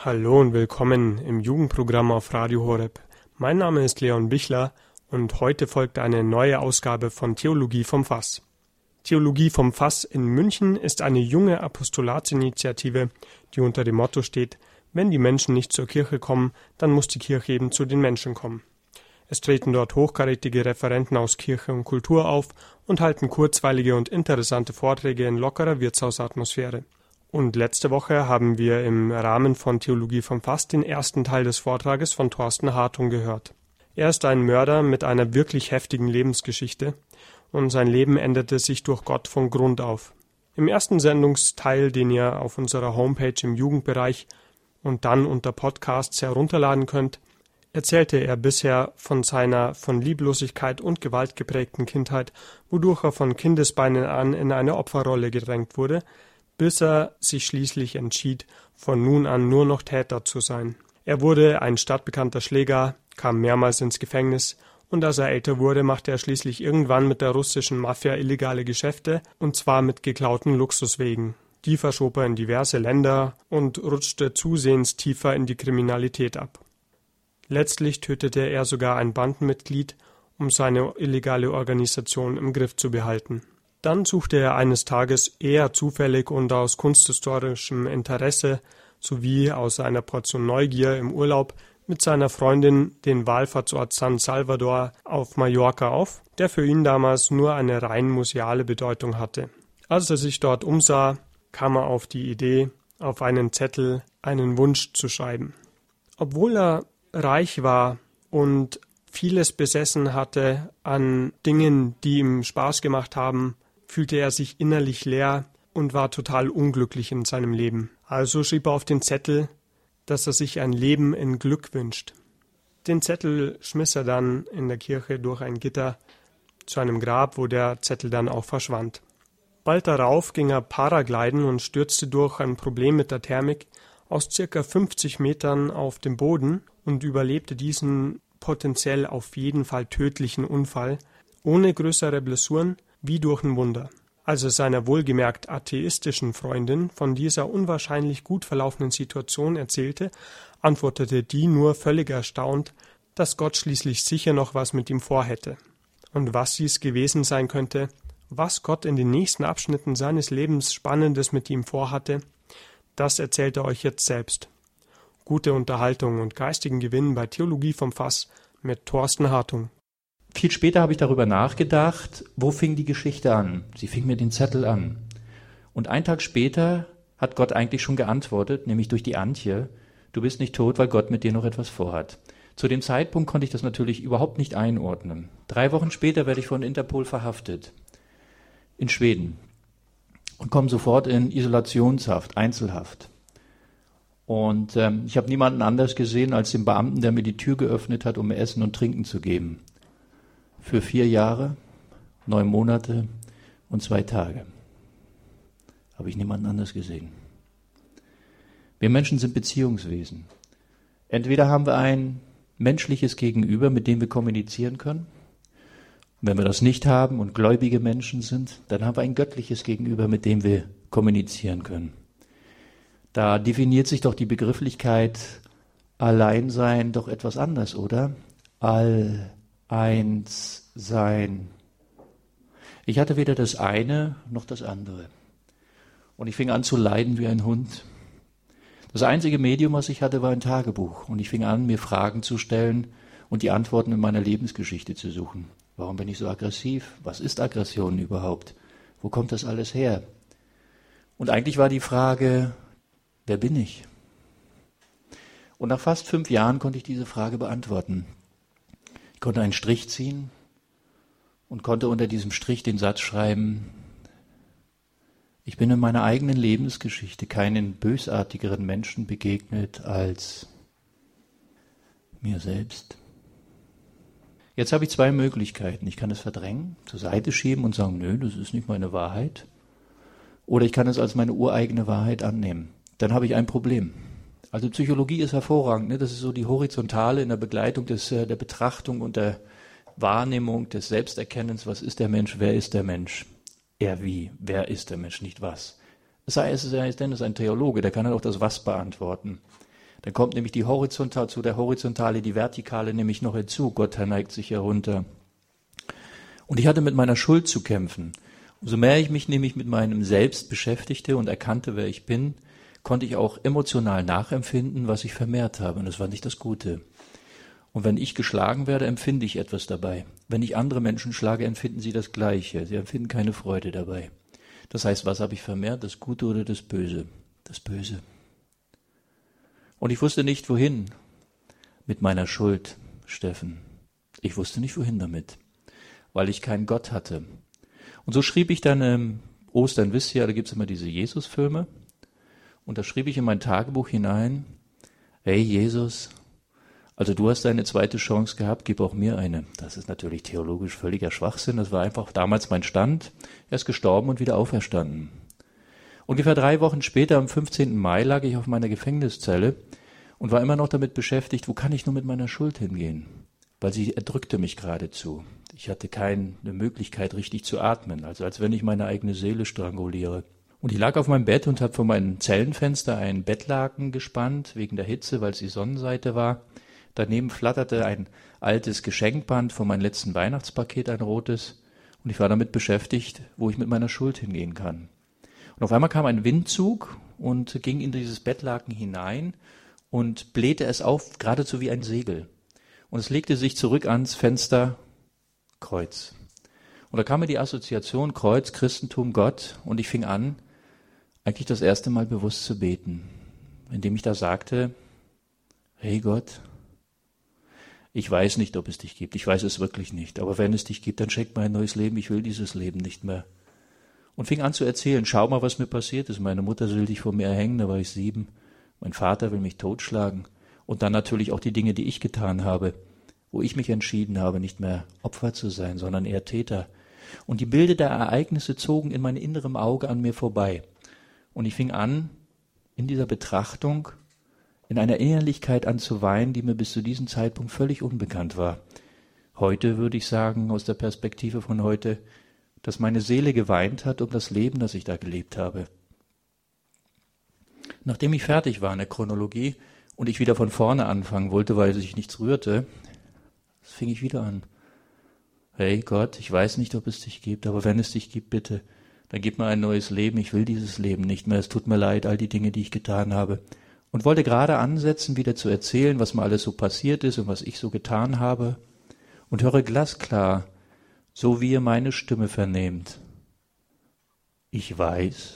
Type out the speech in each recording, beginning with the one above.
Hallo und willkommen im Jugendprogramm auf Radio Horeb. Mein Name ist Leon Bichler und heute folgt eine neue Ausgabe von Theologie vom Fass. Theologie vom Fass in München ist eine junge Apostolatsinitiative, die unter dem Motto steht: Wenn die Menschen nicht zur Kirche kommen, dann muss die Kirche eben zu den Menschen kommen. Es treten dort hochkarätige Referenten aus Kirche und Kultur auf und halten kurzweilige und interessante Vorträge in lockerer Wirtshausatmosphäre. Und letzte Woche haben wir im Rahmen von Theologie vom Fass den ersten Teil des Vortrages von Thorsten Hartung gehört. Er ist ein Mörder mit einer wirklich heftigen Lebensgeschichte und sein Leben änderte sich durch Gott von Grund auf. Im ersten Sendungsteil, den ihr auf unserer Homepage im Jugendbereich und dann unter Podcasts herunterladen könnt, erzählte er bisher von seiner von Lieblosigkeit und Gewalt geprägten Kindheit, wodurch er von Kindesbeinen an in eine Opferrolle gedrängt wurde, bis er sich schließlich entschied, von nun an nur noch Täter zu sein. Er wurde ein stadtbekannter Schläger, kam mehrmals ins Gefängnis und als er älter wurde, machte er schließlich irgendwann mit der russischen Mafia illegale Geschäfte, und zwar mit geklauten Luxuswegen. Die verschob er in diverse Länder und rutschte zusehends tiefer in die Kriminalität ab. Letztlich tötete er sogar ein Bandenmitglied, um seine illegale Organisation im Griff zu behalten. Dann suchte er eines Tages eher zufällig und aus kunsthistorischem Interesse sowie aus einer Portion Neugier im Urlaub mit seiner Freundin den Wallfahrtsort San Salvador auf Mallorca auf, der für ihn damals nur eine rein museale Bedeutung hatte. Als er sich dort umsah, kam er auf die Idee, auf einen Zettel einen Wunsch zu schreiben. Obwohl er reich war und vieles besessen hatte an Dingen, die ihm Spaß gemacht haben, fühlte er sich innerlich leer und war total unglücklich in seinem Leben. Also schrieb er auf den Zettel, dass er sich ein Leben in Glück wünscht. Den Zettel schmiss er dann in der Kirche durch ein Gitter zu einem Grab, wo der Zettel dann auch verschwand. Bald darauf ging er Paragliden und stürzte durch ein Problem mit der Thermik aus ca. 50 Metern auf den Boden und überlebte diesen potenziell auf jeden Fall tödlichen Unfall ohne größere Blessuren, wie durch ein Wunder. Als er seiner wohlgemerkt atheistischen Freundin von dieser unwahrscheinlich gut verlaufenden Situation erzählte, antwortete die nur völlig erstaunt, dass Gott schließlich sicher noch was mit ihm vorhätte. Und was dies gewesen sein könnte, was Gott in den nächsten Abschnitten seines Lebens Spannendes mit ihm vorhatte, das erzählt er euch jetzt selbst. Gute Unterhaltung und geistigen Gewinn bei Theologie vom Fass mit Thorsten Hartung. Viel später habe ich darüber nachgedacht, wo fing die Geschichte an? Sie fing mit dem Zettel an. Und einen Tag später hat Gott eigentlich schon geantwortet, nämlich durch die Antje: Du bist nicht tot, weil Gott mit dir noch etwas vorhat. Zu dem Zeitpunkt konnte ich das natürlich überhaupt nicht einordnen. 3 Wochen später werde ich von Interpol verhaftet. In Schweden. Und komme sofort in Isolationshaft, Einzelhaft. Und ich habe niemanden anders gesehen als den Beamten, der mir die Tür geöffnet hat, um mir Essen und Trinken zu geben. Für 4 Jahre, 9 Monate und 2 Tage. Habe ich niemanden anders gesehen. Wir Menschen sind Beziehungswesen. Entweder haben wir ein menschliches Gegenüber, mit dem wir kommunizieren können. Und wenn wir das nicht haben und gläubige Menschen sind, dann haben wir ein göttliches Gegenüber, mit dem wir kommunizieren können. Da definiert sich doch die Begrifflichkeit Alleinsein doch etwas anders, oder? Eins sein. Ich hatte weder das eine noch das andere. Und ich fing an zu leiden wie ein Hund. Das einzige Medium, was ich hatte, war ein Tagebuch. Und ich fing an, mir Fragen zu stellen und die Antworten in meiner Lebensgeschichte zu suchen. Warum bin ich so aggressiv? Was ist Aggression überhaupt? Wo kommt das alles her? Und eigentlich war die Frage, wer bin ich? Und nach fast 5 Jahren konnte ich diese Frage beantworten. Ich konnte einen Strich ziehen und konnte unter diesem Strich den Satz schreiben: Ich bin in meiner eigenen Lebensgeschichte keinen bösartigeren Menschen begegnet als mir selbst. Jetzt habe ich 2 Möglichkeiten. Ich kann es verdrängen, zur Seite schieben und sagen, nö, das ist nicht meine Wahrheit. Oder ich kann es als meine ureigene Wahrheit annehmen. Dann habe ich ein Problem. Also Psychologie ist hervorragend, ne? Das ist so die Horizontale in der Begleitung der Betrachtung und der Wahrnehmung des Selbsterkennens. Was ist der Mensch? Wer ist der Mensch? Er wie? Wer ist der Mensch? Nicht was. Es sei denn, es ist ein Theologe, der kann dann auch das Was beantworten. Dann kommt nämlich zu der Horizontale die Vertikale nämlich noch hinzu. Gott neigt sich herunter. Und ich hatte mit meiner Schuld zu kämpfen. Umso mehr ich mich nämlich mit meinem Selbst beschäftigte und erkannte, wer ich bin, konnte ich auch emotional nachempfinden, was ich vermehrt habe. Und das war nicht das Gute. Und wenn ich geschlagen werde, empfinde ich etwas dabei. Wenn ich andere Menschen schlage, empfinden sie das Gleiche. Sie empfinden keine Freude dabei. Das heißt, was habe ich vermehrt? Das Gute oder das Böse? Das Böse. Und ich wusste nicht, wohin mit meiner Schuld, Steffen. Ich wusste nicht, wohin damit, weil ich keinen Gott hatte. Und so schrieb ich dann Ostern, wisst ihr, da gibt es immer diese Jesus-Filme. Und da schrieb ich in mein Tagebuch hinein, hey Jesus, also du hast deine zweite Chance gehabt, gib auch mir eine. Das ist natürlich theologisch völliger Schwachsinn. Das war einfach damals mein Stand. Er ist gestorben und wieder auferstanden. Ungefähr 3 Wochen später, am 15. Mai, lag ich auf meiner Gefängniszelle und war immer noch damit beschäftigt, wo kann ich nur mit meiner Schuld hingehen? Weil sie erdrückte mich geradezu. Ich hatte keine Möglichkeit, richtig zu atmen, also als wenn ich meine eigene Seele stranguliere. Und ich lag auf meinem Bett und habe vor meinem Zellenfenster einen Bettlaken gespannt, wegen der Hitze, weil es die Sonnenseite war. Daneben flatterte ein altes Geschenkband von meinem letzten Weihnachtspaket, ein rotes. Und ich war damit beschäftigt, wo ich mit meiner Schuld hingehen kann. Und auf einmal kam ein Windzug und ging in dieses Bettlaken hinein und blähte es auf, geradezu wie ein Segel. Und es legte sich zurück ans Fenster Kreuz. Und da kam mir die Assoziation Kreuz, Christentum, Gott und ich fing an, eigentlich das erste Mal bewusst zu beten, indem ich da sagte, hey Gott, ich weiß nicht, ob es dich gibt, ich weiß es wirklich nicht, aber wenn es dich gibt, dann schenk mir ein neues Leben, ich will dieses Leben nicht mehr. Und fing an zu erzählen, schau mal, was mir passiert ist. Meine Mutter will dich vor mir erhängen, da war ich 7. Mein Vater will mich totschlagen. Und dann natürlich auch die Dinge, die ich getan habe, wo ich mich entschieden habe, nicht mehr Opfer zu sein, sondern eher Täter. Und die Bilder der Ereignisse zogen in mein innerem Auge an mir vorbei. Und ich fing an, in dieser Betrachtung, in einer Innerlichkeit an zu weinen, die mir bis zu diesem Zeitpunkt völlig unbekannt war. Heute würde ich sagen, aus der Perspektive von heute, dass meine Seele geweint hat um das Leben, das ich da gelebt habe. Nachdem ich fertig war in der Chronologie und ich wieder von vorne anfangen wollte, weil sich nichts rührte, fing ich wieder an. Hey Gott, ich weiß nicht, ob es dich gibt, aber wenn es dich gibt, bitte, dann gib mir ein neues Leben. Ich will dieses Leben nicht mehr. Es tut mir leid, all die Dinge, die ich getan habe. Und wollte gerade ansetzen, wieder zu erzählen, was mir alles so passiert ist und was ich so getan habe. Und höre glasklar, so wie ihr meine Stimme vernehmt. Ich weiß.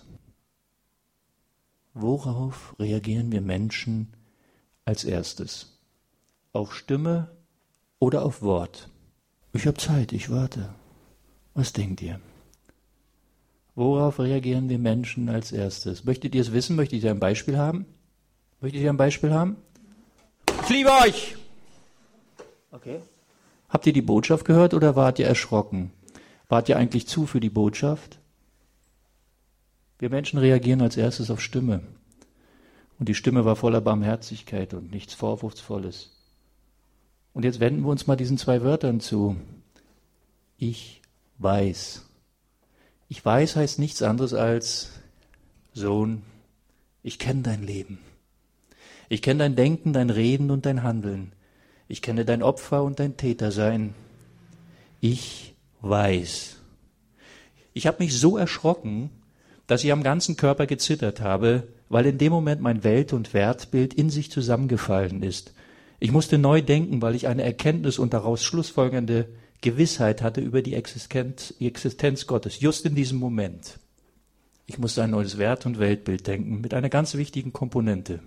Worauf reagieren wir Menschen als erstes? Auf Stimme oder auf Wort? Ich habe Zeit, ich warte. Was denkt ihr? Worauf reagieren wir Menschen als erstes? Möchtet ihr es wissen? Möchtet ihr ein Beispiel haben? Möchtet ihr ein Beispiel haben? Ich liebe euch! Okay. Habt ihr die Botschaft gehört oder wart ihr erschrocken? Wart ihr eigentlich zu für die Botschaft? Wir Menschen reagieren als erstes auf Stimme. Und die Stimme war voller Barmherzigkeit und nichts Vorwurfsvolles. Und jetzt wenden wir uns mal diesen 2 Wörtern zu. Ich weiß. Ich weiß heißt nichts anderes als, Sohn, ich kenne dein Leben. Ich kenne dein Denken, dein Reden und dein Handeln. Ich kenne dein Opfer und dein Tätersein. Ich weiß. Ich habe mich so erschrocken, dass ich am ganzen Körper gezittert habe, weil in dem Moment mein Welt- und Wertbild in sich zusammengefallen ist. Ich musste neu denken, weil ich eine Erkenntnis und daraus schlussfolgernde Gewissheit hatte über die Existenz Gottes, just in diesem Moment. Ich musste ein neues Wert- und Weltbild denken, mit einer ganz wichtigen Komponente.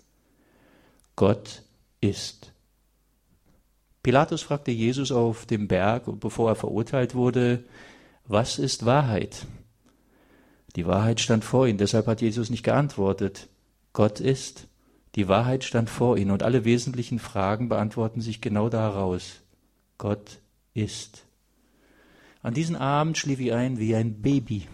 Gott ist. Pilatus fragte Jesus auf dem Berg, bevor er verurteilt wurde, was ist Wahrheit? Die Wahrheit stand vor ihm, deshalb hat Jesus nicht geantwortet. Gott ist. Die Wahrheit stand vor ihm und alle wesentlichen Fragen beantworten sich genau daraus. Gott ist. An diesem Abend schlief ich ein wie ein Baby.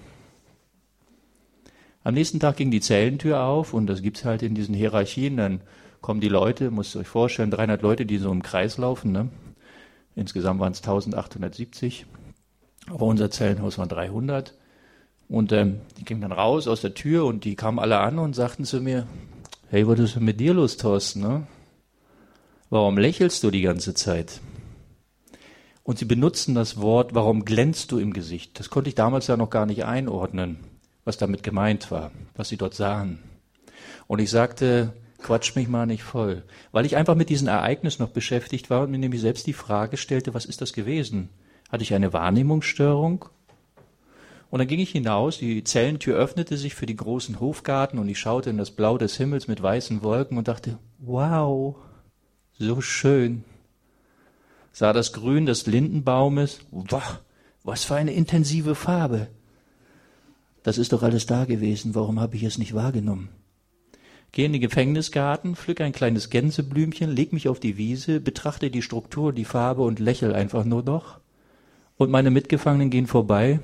Am nächsten Tag ging die Zellentür auf und das gibt's halt in diesen Hierarchien, dann kommen die Leute, müsst ihr euch vorstellen, 300 Leute, die so im Kreis laufen, ne? Insgesamt waren es 1870, aber unser Zellenhaus waren 300 und die gingen dann raus aus der Tür und die kamen alle an und sagten zu mir, Hey, was ist denn mit dir los, Thorsten? Ne? Warum lächelst du die ganze Zeit? Und sie benutzen das Wort, warum glänzt du im Gesicht? Das konnte ich damals ja noch gar nicht einordnen, was damit gemeint war, was sie dort sahen. Und ich sagte, quatsch mich mal nicht voll, weil ich einfach mit diesem Ereignis noch beschäftigt war und mir nämlich selbst die Frage stellte, was ist das gewesen? Hatte ich eine Wahrnehmungsstörung? Und dann ging ich hinaus, die Zellentür öffnete sich für den großen Hofgarten und ich schaute in das Blau des Himmels mit weißen Wolken und dachte, wow, so schön. Sah das Grün des Lindenbaumes, wow, was für eine intensive Farbe. Das ist doch alles da gewesen, warum habe ich es nicht wahrgenommen? Gehe in den Gefängnisgarten, pflücke ein kleines Gänseblümchen, leg mich auf die Wiese, betrachte die Struktur, die Farbe und lächel einfach nur noch. Und meine Mitgefangenen gehen vorbei.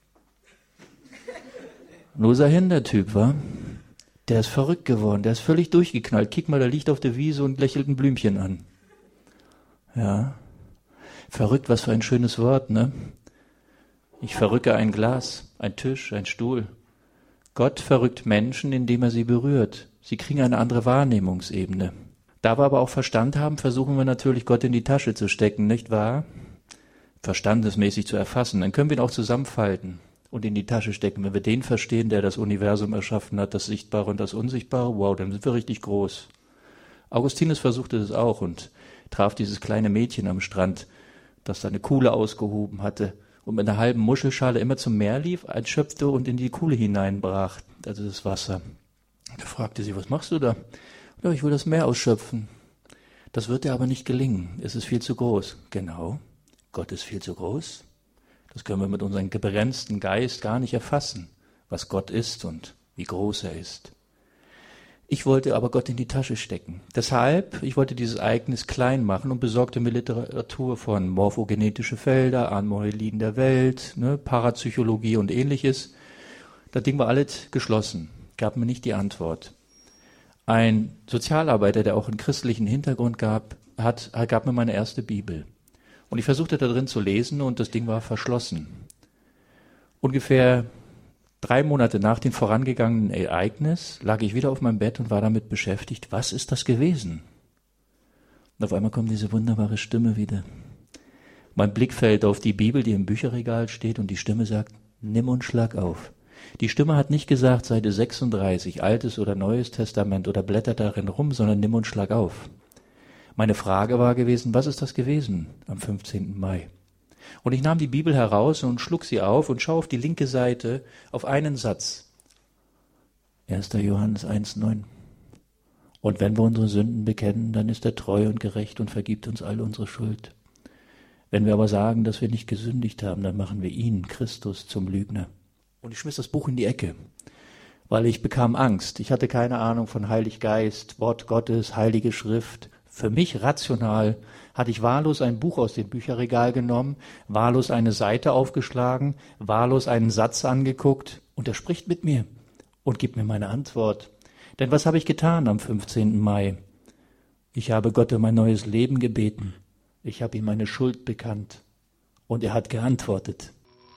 Nur sei hin, der Typ, wa? Der ist verrückt geworden, der ist völlig durchgeknallt. Kick mal, der liegt auf der Wiese und lächelt ein Blümchen an. Ja, verrückt, was für ein schönes Wort, ne? Ich verrücke ein Glas, ein Tisch, ein Stuhl. Gott verrückt Menschen, indem er sie berührt. Sie kriegen eine andere Wahrnehmungsebene. Da wir aber auch Verstand haben, versuchen wir natürlich, Gott in die Tasche zu stecken, nicht wahr? Verstandesmäßig zu erfassen. Dann können wir ihn auch zusammenfalten und in die Tasche stecken. Wenn wir den verstehen, der das Universum erschaffen hat, das Sichtbare und das Unsichtbare, wow, dann sind wir richtig groß. Augustinus versuchte das auch und traf dieses kleine Mädchen am Strand, das seine Kuhle ausgehoben hatte und mit einer halben Muschelschale immer zum Meer lief, einschöpfte und in die Kuhle hineinbrach, also das Wasser. Da fragte sie, was machst du da? Ja, ich will das Meer ausschöpfen. Das wird dir aber nicht gelingen, es ist viel zu groß. Genau, Gott ist viel zu groß. Das können wir mit unserem begrenzten Geist gar nicht erfassen, was Gott ist und wie groß er ist. Ich wollte aber Gott in die Tasche stecken. Deshalb, ich wollte dieses Ereignis klein machen und besorgte mir Literatur von morphogenetische Felder, Anomalien der Welt, Parapsychologie und ähnliches. Das Ding war alles geschlossen, gab mir nicht die Antwort. Ein Sozialarbeiter, der auch einen christlichen Hintergrund gab mir meine erste Bibel. Und ich versuchte da drin zu lesen und das Ding war verschlossen. Ungefähr 3 Monate nach dem vorangegangenen Ereignis lag ich wieder auf meinem Bett und war damit beschäftigt, was ist das gewesen? Und auf einmal kommt diese wunderbare Stimme wieder. Mein Blick fällt auf die Bibel, die im Bücherregal steht und die Stimme sagt, nimm und schlag auf. Die Stimme hat nicht gesagt, Seite 36, Altes oder Neues Testament oder blättert darin rum, sondern nimm und schlag auf. Meine Frage war gewesen, was ist das gewesen am 15. Mai? Und ich nahm die Bibel heraus und schlug sie auf und schaue auf die linke Seite auf einen Satz. 1. Johannes 1,9. Und wenn wir unsere Sünden bekennen, dann ist er treu und gerecht und vergibt uns all unsere Schuld. Wenn wir aber sagen, dass wir nicht gesündigt haben, dann machen wir ihn, Christus, zum Lügner. Und ich schmiss das Buch in die Ecke, weil ich bekam Angst. Ich hatte keine Ahnung von Heilig Geist, Wort Gottes, Heilige Schrift. Für mich rational hatte ich wahllos ein Buch aus dem Bücherregal genommen, wahllos eine Seite aufgeschlagen, wahllos einen Satz angeguckt und er spricht mit mir und gibt mir meine Antwort. Denn was habe ich getan am 15. Mai? Ich habe Gott um ein neues Leben gebeten. Ich habe ihm meine Schuld bekannt und er hat geantwortet.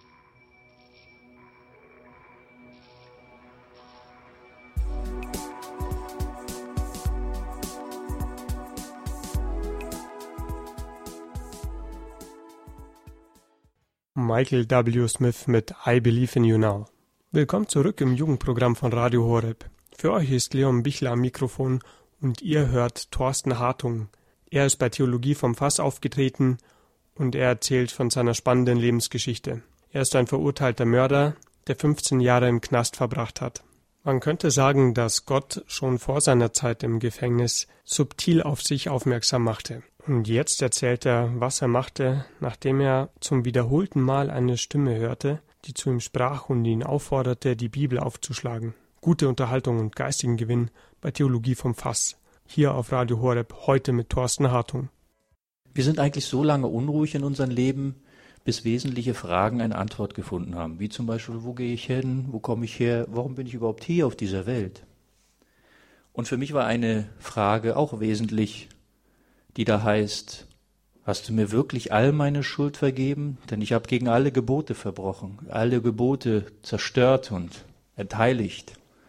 Michael W. Smith mit I Believe in You Now. Willkommen zurück im Jugendprogramm von Radio Horeb. Für euch ist Leon Bichler am Mikrofon und ihr hört Thorsten Hartung. Er ist bei Theologie vom Fass aufgetreten und er erzählt von seiner spannenden Lebensgeschichte. Er ist ein verurteilter Mörder, der 15 Jahre im Knast verbracht hat. Man könnte sagen, dass Gott schon vor seiner Zeit im Gefängnis subtil auf sich aufmerksam machte. Und jetzt erzählt er, was er machte, nachdem er zum wiederholten Mal eine Stimme hörte, die zu ihm sprach und ihn aufforderte, die Bibel aufzuschlagen. Gute Unterhaltung und geistigen Gewinn bei Theologie vom Fass. Hier auf Radio Horeb, heute mit Thorsten Hartung. Wir sind eigentlich so lange unruhig in unserem Leben, bis wesentliche Fragen eine Antwort gefunden haben. Wie zum Beispiel, wo gehe ich hin, wo komme ich her, warum bin ich überhaupt hier auf dieser Welt? Und für mich war eine Frage auch wesentlich, die da heißt, hast du mir wirklich all meine Schuld vergeben? Denn ich habe gegen alle Gebote verbrochen, alle Gebote zerstört und entheiligt.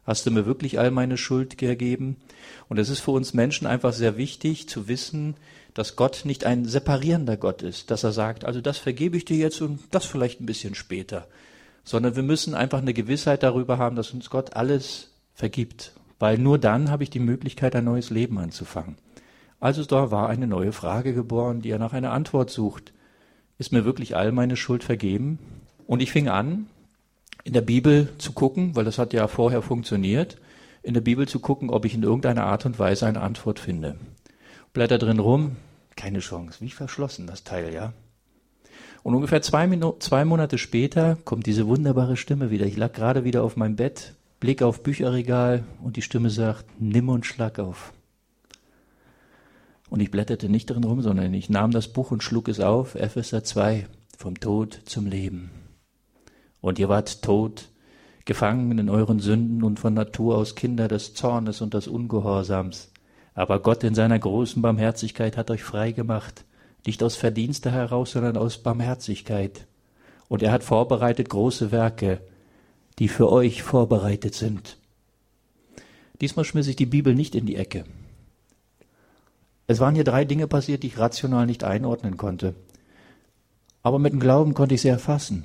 Hast du mir wirklich all meine Schuld gegeben? Und es ist für uns Menschen einfach sehr wichtig zu wissen, dass Gott nicht ein separierender Gott ist, dass er sagt, also das vergebe ich dir jetzt und das vielleicht ein bisschen später, sondern wir müssen einfach eine Gewissheit darüber haben, dass uns Gott alles vergibt, weil nur dann habe ich die Möglichkeit, ein neues Leben anzufangen. Also da war eine neue Frage geboren, die er nach einer Antwort sucht. Ist mir wirklich all meine Schuld vergeben? Und ich fing an, in der Bibel zu gucken, weil das hat ja vorher funktioniert, in der Bibel zu gucken, ob ich in irgendeiner Art und Weise eine Antwort finde. Blätter drin rum, keine Chance, wie verschlossen das Teil, ja. Und ungefähr 2 Monate später kommt diese wunderbare Stimme wieder. Ich lag gerade wieder auf meinem Bett, Blick auf Bücherregal und die Stimme sagt, nimm und schlag auf. Und ich blätterte nicht drin rum, sondern ich nahm das Buch und schlug es auf, Epheser 2, vom Tod zum Leben. Und ihr wart tot, gefangen in euren Sünden und von Natur aus Kinder des Zornes und des Ungehorsams. Aber Gott in seiner großen Barmherzigkeit hat euch frei gemacht, nicht aus Verdienste heraus, sondern aus Barmherzigkeit. Und er hat vorbereitet große Werke, die für euch vorbereitet sind. Diesmal schmiss ich die Bibel nicht in die Ecke. Es waren hier 3 Dinge passiert, die ich rational nicht einordnen konnte. Aber mit dem Glauben konnte ich sie erfassen.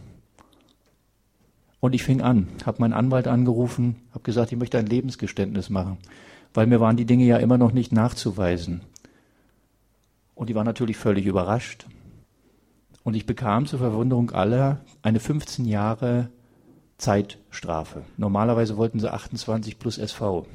Und ich fing an, habe meinen Anwalt angerufen, habe gesagt, ich möchte ein Lebensgeständnis machen, weil mir waren die Dinge ja immer noch nicht nachzuweisen. Und die war natürlich völlig überrascht. Und ich bekam zur Verwunderung aller eine 15 Jahre Zeitstrafe. Normalerweise wollten sie 28 plus SV.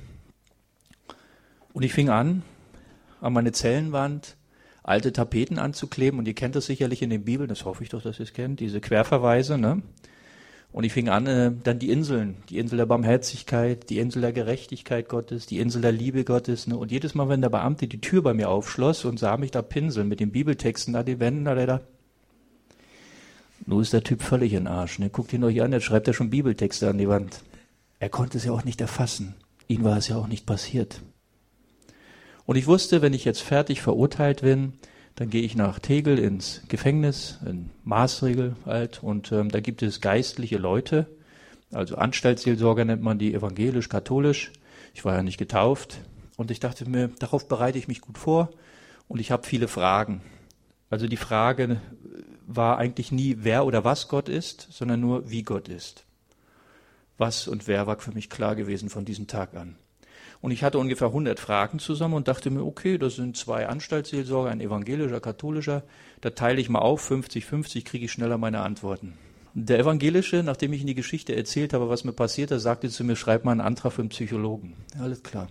Und ich fing an meine Zellenwand alte Tapeten anzukleben. Und ihr kennt das sicherlich in den Bibeln, das hoffe ich doch, dass ihr es kennt, diese Querverweise, ne? Und ich fing an, dann die Insel der Barmherzigkeit, die Insel der Gerechtigkeit Gottes, die Insel der Liebe Gottes. Ne? Und jedes Mal, wenn der Beamte die Tür bei mir aufschloss und sah mich da pinseln mit den Bibeltexten an den Wänden, da der nun ist der Typ völlig in Arsch. Ne? Guckt ihn euch an, jetzt schreibt er schon Bibeltexte an die Wand. Er konnte es ja auch nicht erfassen. Ihm war es ja auch nicht passiert. Und ich wusste, wenn ich jetzt fertig verurteilt bin, dann gehe ich nach Tegel ins Gefängnis, in Maßregel halt, und da gibt es geistliche Leute, also Anstaltsseelsorger nennt man die, evangelisch-katholisch. Ich war ja nicht getauft und ich dachte mir, darauf bereite ich mich gut vor und ich habe viele Fragen. Also die Frage war eigentlich nie, wer oder was Gott ist, sondern nur, wie Gott ist. Was und wer war für mich klar gewesen von diesem Tag an. Und ich hatte ungefähr 100 Fragen zusammen und dachte mir, okay, das sind 2 Anstaltsseelsorger, ein evangelischer, katholischer, da teile ich mal auf, 50-50, kriege ich schneller meine Antworten. Der Evangelische, nachdem ich in die Geschichte erzählt habe, was mir passiert ist, sagte zu mir, schreib mal einen Antrag für einen Psychologen. Ja, alles klar.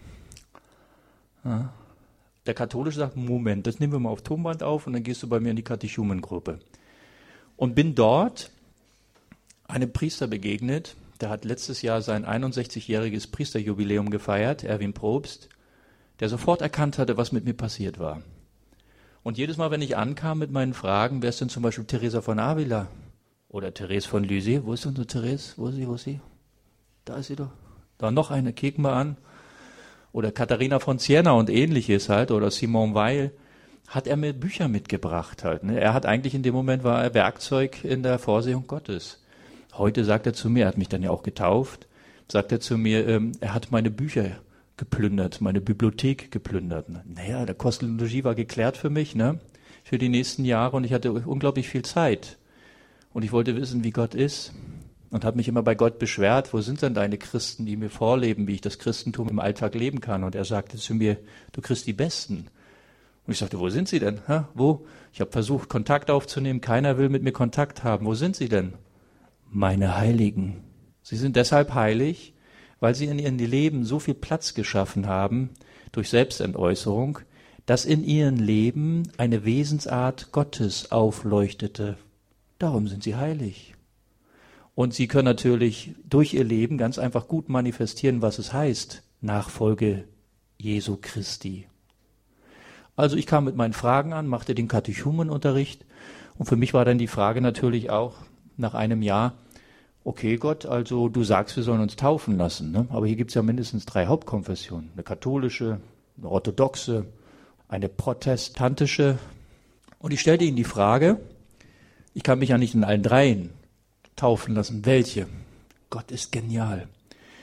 Ja. Der Katholische sagt, Moment, das nehmen wir mal auf Tonband auf und dann gehst du bei mir in die Katechumengruppe. Und bin dort einem Priester begegnet, der hat letztes Jahr sein 61-jähriges Priesterjubiläum gefeiert, Erwin Probst, der sofort erkannt hatte, was mit mir passiert war. Und jedes Mal, wenn ich ankam mit meinen Fragen, wer ist denn zum Beispiel Teresa von Avila oder Therese von Lisieux, wo ist unsere Therese, wo ist sie? Da ist sie doch. Da noch eine, kicken wir an. Oder Katharina von Siena und ähnliches halt, oder Simone Weil, hat er mir Bücher mitgebracht halt. Ne? Er hat eigentlich in dem Moment, war er Werkzeug in der Vorsehung Gottes. Heute sagt er zu mir, er hat mich dann ja auch getauft, sagt er zu mir, er hat meine Bücher geplündert, meine Bibliothek geplündert. Naja, der Kosmologie war geklärt für mich, ne, für die nächsten Jahre und ich hatte unglaublich viel Zeit. Und ich wollte wissen, wie Gott ist und habe mich immer bei Gott beschwert, wo sind denn deine Christen, die mir vorleben, wie ich das Christentum im Alltag leben kann? Und er sagte zu mir, du kriegst die Besten. Und ich sagte, wo sind sie denn? Ha? Wo? Ich habe versucht, Kontakt aufzunehmen, keiner will mit mir Kontakt haben. Wo sind sie denn? Meine Heiligen. Sie sind deshalb heilig, weil sie in ihrem Leben so viel Platz geschaffen haben durch Selbstentäußerung, dass in ihrem Leben eine Wesensart Gottes aufleuchtete. Darum sind sie heilig. Und sie können natürlich durch ihr Leben ganz einfach gut manifestieren, was es heißt, Nachfolge Jesu Christi. Also ich kam mit meinen Fragen an, machte den Katechumenunterricht und für mich war dann die Frage natürlich auch nach einem Jahr, okay Gott, also du sagst, wir sollen uns taufen lassen, ne? Aber hier gibt es ja mindestens 3 Hauptkonfessionen, eine katholische, eine orthodoxe, eine protestantische. Und ich stellte ihnen die Frage, ich kann mich ja nicht in allen 3 taufen lassen, welche? Gott ist genial.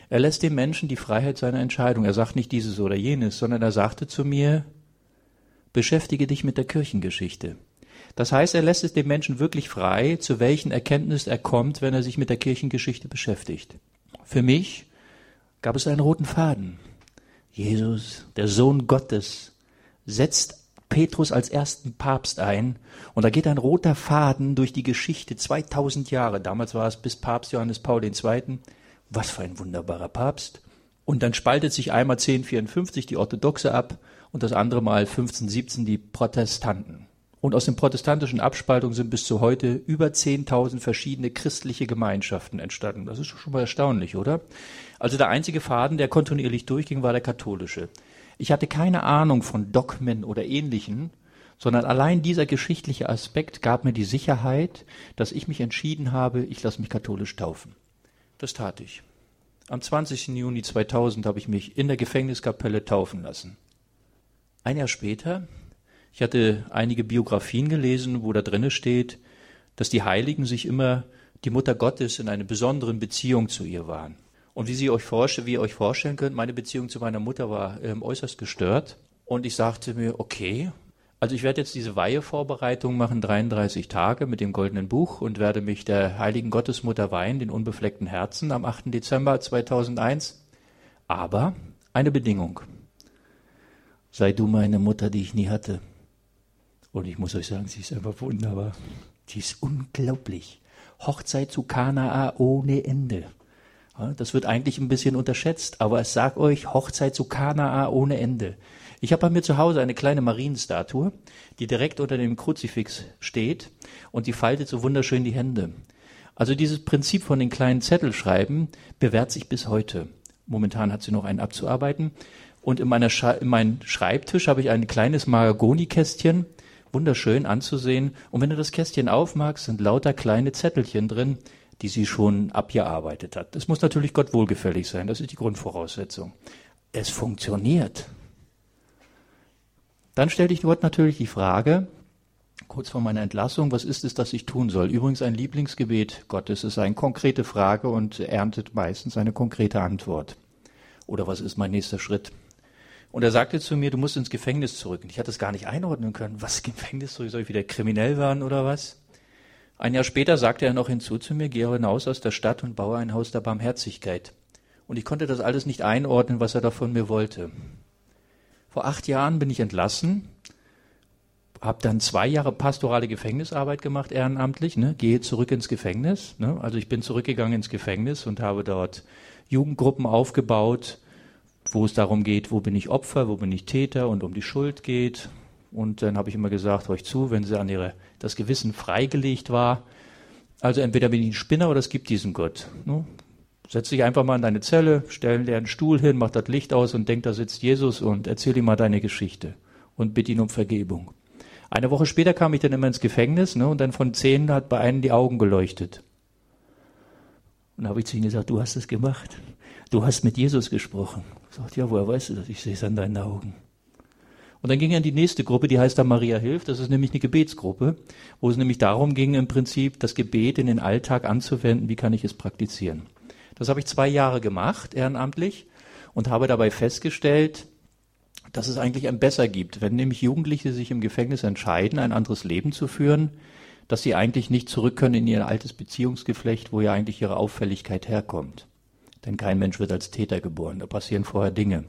Er lässt dem Menschen die Freiheit seiner Entscheidung. Er sagt nicht dieses oder jenes, sondern er sagte zu mir, beschäftige dich mit der Kirchengeschichte. Das heißt, er lässt es dem Menschen wirklich frei, zu welchen Erkenntnissen er kommt, wenn er sich mit der Kirchengeschichte beschäftigt. Für mich gab es einen roten Faden. Jesus, der Sohn Gottes, setzt Petrus als ersten Papst ein und da geht ein roter Faden durch die Geschichte 2000 Jahre. Damals war es bis Papst Johannes Paul II. Was für ein wunderbarer Papst. Und dann spaltet sich einmal 1054 die Orthodoxe ab und das andere Mal 1517 die Protestanten. Und aus den protestantischen Abspaltungen sind bis zu heute über 10.000 verschiedene christliche Gemeinschaften entstanden. Das ist schon mal erstaunlich, oder? Also der einzige Faden, der kontinuierlich durchging, war der katholische. Ich hatte keine Ahnung von Dogmen oder Ähnlichem, sondern allein dieser geschichtliche Aspekt gab mir die Sicherheit, dass ich mich entschieden habe, ich lasse mich katholisch taufen. Das tat ich. Am 20. Juni 2000 habe ich mich in der Gefängniskapelle taufen lassen. Ein Jahr später, ich hatte einige Biografien gelesen, wo da drinne steht, dass die Heiligen sich immer die Mutter Gottes in einer besonderen Beziehung zu ihr waren. Und wie ihr euch vorstellen könnt, meine Beziehung zu meiner Mutter war äußerst gestört. Und ich sagte mir, okay, also ich werde jetzt diese Weihevorbereitung machen, 33 Tage mit dem goldenen Buch und werde mich der heiligen Gottesmutter weihen, den unbefleckten Herzen, am 8. Dezember 2001. Aber eine Bedingung. Sei du meine Mutter, die ich nie hatte. Und ich muss euch sagen, sie ist einfach wunderbar. Sie ist unglaublich. Hochzeit zu Kanaa ohne Ende. Ja, das wird eigentlich ein bisschen unterschätzt, aber ich sag euch, Hochzeit zu Kanaa ohne Ende. Ich habe bei mir zu Hause eine kleine Marienstatue, die direkt unter dem Kruzifix steht und die faltet so wunderschön die Hände. Also dieses Prinzip von den kleinen Zettelschreiben bewährt sich bis heute. Momentan hat sie noch einen abzuarbeiten. Und in meinem Schreibtisch habe ich ein kleines Mahagonikästchen, wunderschön anzusehen. Und wenn du das Kästchen aufmachst, sind lauter kleine Zettelchen drin, die sie schon abgearbeitet hat. Das muss natürlich Gott wohlgefällig sein, das ist die Grundvoraussetzung. Es funktioniert. Dann stellte ich Gott natürlich die Frage, kurz vor meiner Entlassung, was ist es, das ich tun soll? Übrigens ein Lieblingsgebet Gottes ist eine konkrete Frage und erntet meistens eine konkrete Antwort. Oder was ist mein nächster Schritt? Und er sagte zu mir, du musst ins Gefängnis zurück. Und ich hatte es gar nicht einordnen können. Was, Gefängnis zurück? Soll ich wieder kriminell werden oder was? Ein Jahr später sagte er noch hinzu zu mir, gehe hinaus aus der Stadt und baue ein Haus der Barmherzigkeit. Und ich konnte das alles nicht einordnen, was er da von mir wollte. Vor 8 Jahren bin ich entlassen, habe dann 2 Jahre pastorale Gefängnisarbeit gemacht, ehrenamtlich, gehe zurück ins Gefängnis. Also ich bin zurückgegangen ins Gefängnis und habe dort Jugendgruppen aufgebaut, wo es darum geht, wo bin ich Opfer, wo bin ich Täter und um die Schuld geht. Und dann habe ich immer gesagt, euch zu, wenn sie an das Gewissen freigelegt war. Also entweder bin ich ein Spinner oder es gibt diesen Gott. Setz dich einfach mal in deine Zelle, stell dir einen Stuhl hin, mach das Licht aus und denk, da sitzt Jesus und erzähl ihm mal deine Geschichte und bitte ihn um Vergebung. Eine Woche später kam ich dann immer ins Gefängnis und dann von 10 hat bei einem die Augen geleuchtet. Und da habe ich zu ihm gesagt, du hast es gemacht. Du hast mit Jesus gesprochen. Ich sagte, ja, woher weißt du das? Ich sehe es an deinen Augen. Und dann ging er in die nächste Gruppe, die heißt da Maria hilft. Das ist nämlich eine Gebetsgruppe, wo es nämlich darum ging, im Prinzip das Gebet in den Alltag anzuwenden. Wie kann ich es praktizieren? Das habe ich 2 Jahre gemacht, ehrenamtlich, und habe dabei festgestellt, dass es eigentlich ein Besser gibt. Wenn nämlich Jugendliche sich im Gefängnis entscheiden, ein anderes Leben zu führen, dass sie eigentlich nicht zurück können in ihr altes Beziehungsgeflecht, wo ja eigentlich ihre Auffälligkeit herkommt. Denn kein Mensch wird als Täter geboren, da passieren vorher Dinge.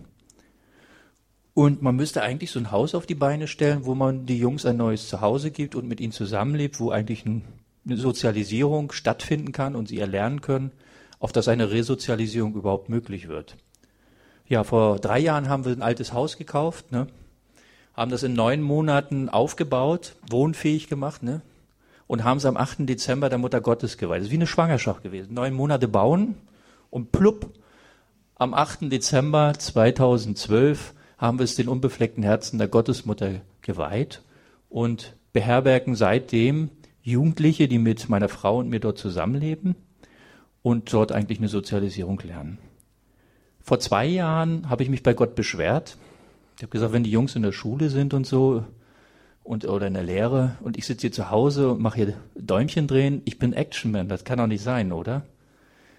Und man müsste eigentlich so ein Haus auf die Beine stellen, wo man die Jungs ein neues Zuhause gibt und mit ihnen zusammenlebt, wo eigentlich eine Sozialisierung stattfinden kann und sie erlernen können, auf dass eine Resozialisierung überhaupt möglich wird. Ja, vor 3 Jahren haben wir ein altes Haus gekauft, haben das in 9 Monaten aufgebaut, wohnfähig gemacht, und haben es am 8. Dezember der Mutter Gottes geweiht. Das ist wie eine Schwangerschaft gewesen. 9 Monate bauen und plupp, am 8. Dezember 2012 haben wir es den unbefleckten Herzen der Gottesmutter geweiht und beherbergen seitdem Jugendliche, die mit meiner Frau und mir dort zusammenleben und dort eigentlich eine Sozialisierung lernen. Vor 2 Jahren habe ich mich bei Gott beschwert. Ich habe gesagt, wenn die Jungs in der Schule sind und so oder in der Lehre und ich sitze hier zu Hause und mache hier Däumchen drehen, ich bin Actionman, das kann doch nicht sein, oder?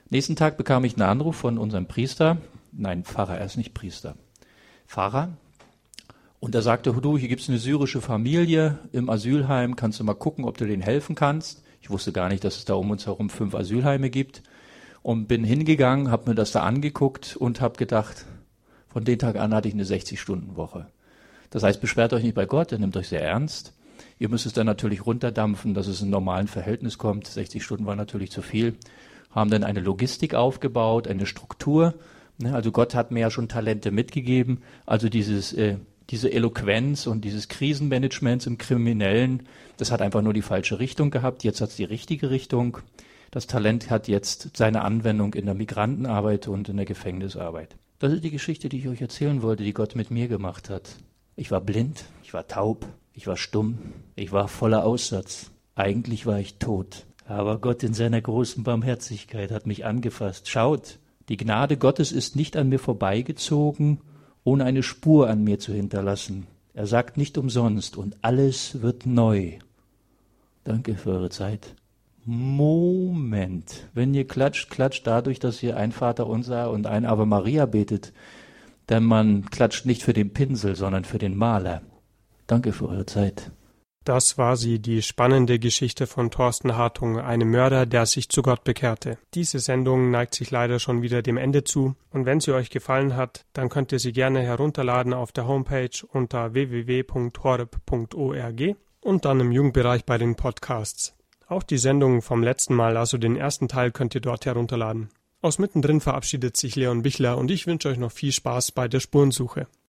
Nächsten Tag bekam ich einen Anruf von unserem Priester, nein, Pfarrer, er ist nicht Priester, Pfarrer. Und er sagte, du, hier gibt es eine syrische Familie im Asylheim, kannst du mal gucken, ob du denen helfen kannst. Ich wusste gar nicht, dass es da um uns herum 5 Asylheime gibt. Und bin hingegangen, habe mir das da angeguckt und habe gedacht, von dem Tag an hatte ich eine 60-Stunden-Woche. Das heißt, beschwert euch nicht bei Gott, er nimmt euch sehr ernst. Ihr müsst es dann natürlich runterdampfen, dass es in normalen Verhältnis kommt. 60 Stunden war natürlich zu viel. Haben dann eine Logistik aufgebaut, eine Struktur. Also Gott hat mir ja schon Talente mitgegeben. Also diese Eloquenz und dieses Krisenmanagements im Kriminellen, das hat einfach nur die falsche Richtung gehabt. Jetzt hat es die richtige Richtung. Das Talent hat jetzt seine Anwendung in der Migrantenarbeit und in der Gefängnisarbeit. Das ist die Geschichte, die ich euch erzählen wollte, die Gott mit mir gemacht hat. Ich war blind, ich war taub, ich war stumm, ich war voller Aussatz. Eigentlich war ich tot. Aber Gott in seiner großen Barmherzigkeit hat mich angefasst. Schaut, die Gnade Gottes ist nicht an mir vorbeigezogen, ohne eine Spur an mir zu hinterlassen. Er sagt nicht umsonst, und alles wird neu. Danke für eure Zeit. Moment, wenn ihr klatscht dadurch, dass ihr ein Vaterunser und ein Ave Maria betet, denn man klatscht nicht für den Pinsel, sondern für den Maler. Danke für eure Zeit. Das war sie, die spannende Geschichte von Thorsten Hartung, einem Mörder, der sich zu Gott bekehrte. Diese Sendung neigt sich leider schon wieder dem Ende zu. Und wenn sie euch gefallen hat, dann könnt ihr sie gerne herunterladen auf der Homepage unter www.horeb.org und dann im Jugendbereich bei den Podcasts. Auch die Sendung vom letzten Mal, also den ersten Teil, könnt ihr dort herunterladen. Aus mittendrin verabschiedet sich Leon Bichler und ich wünsche euch noch viel Spaß bei der Spurensuche.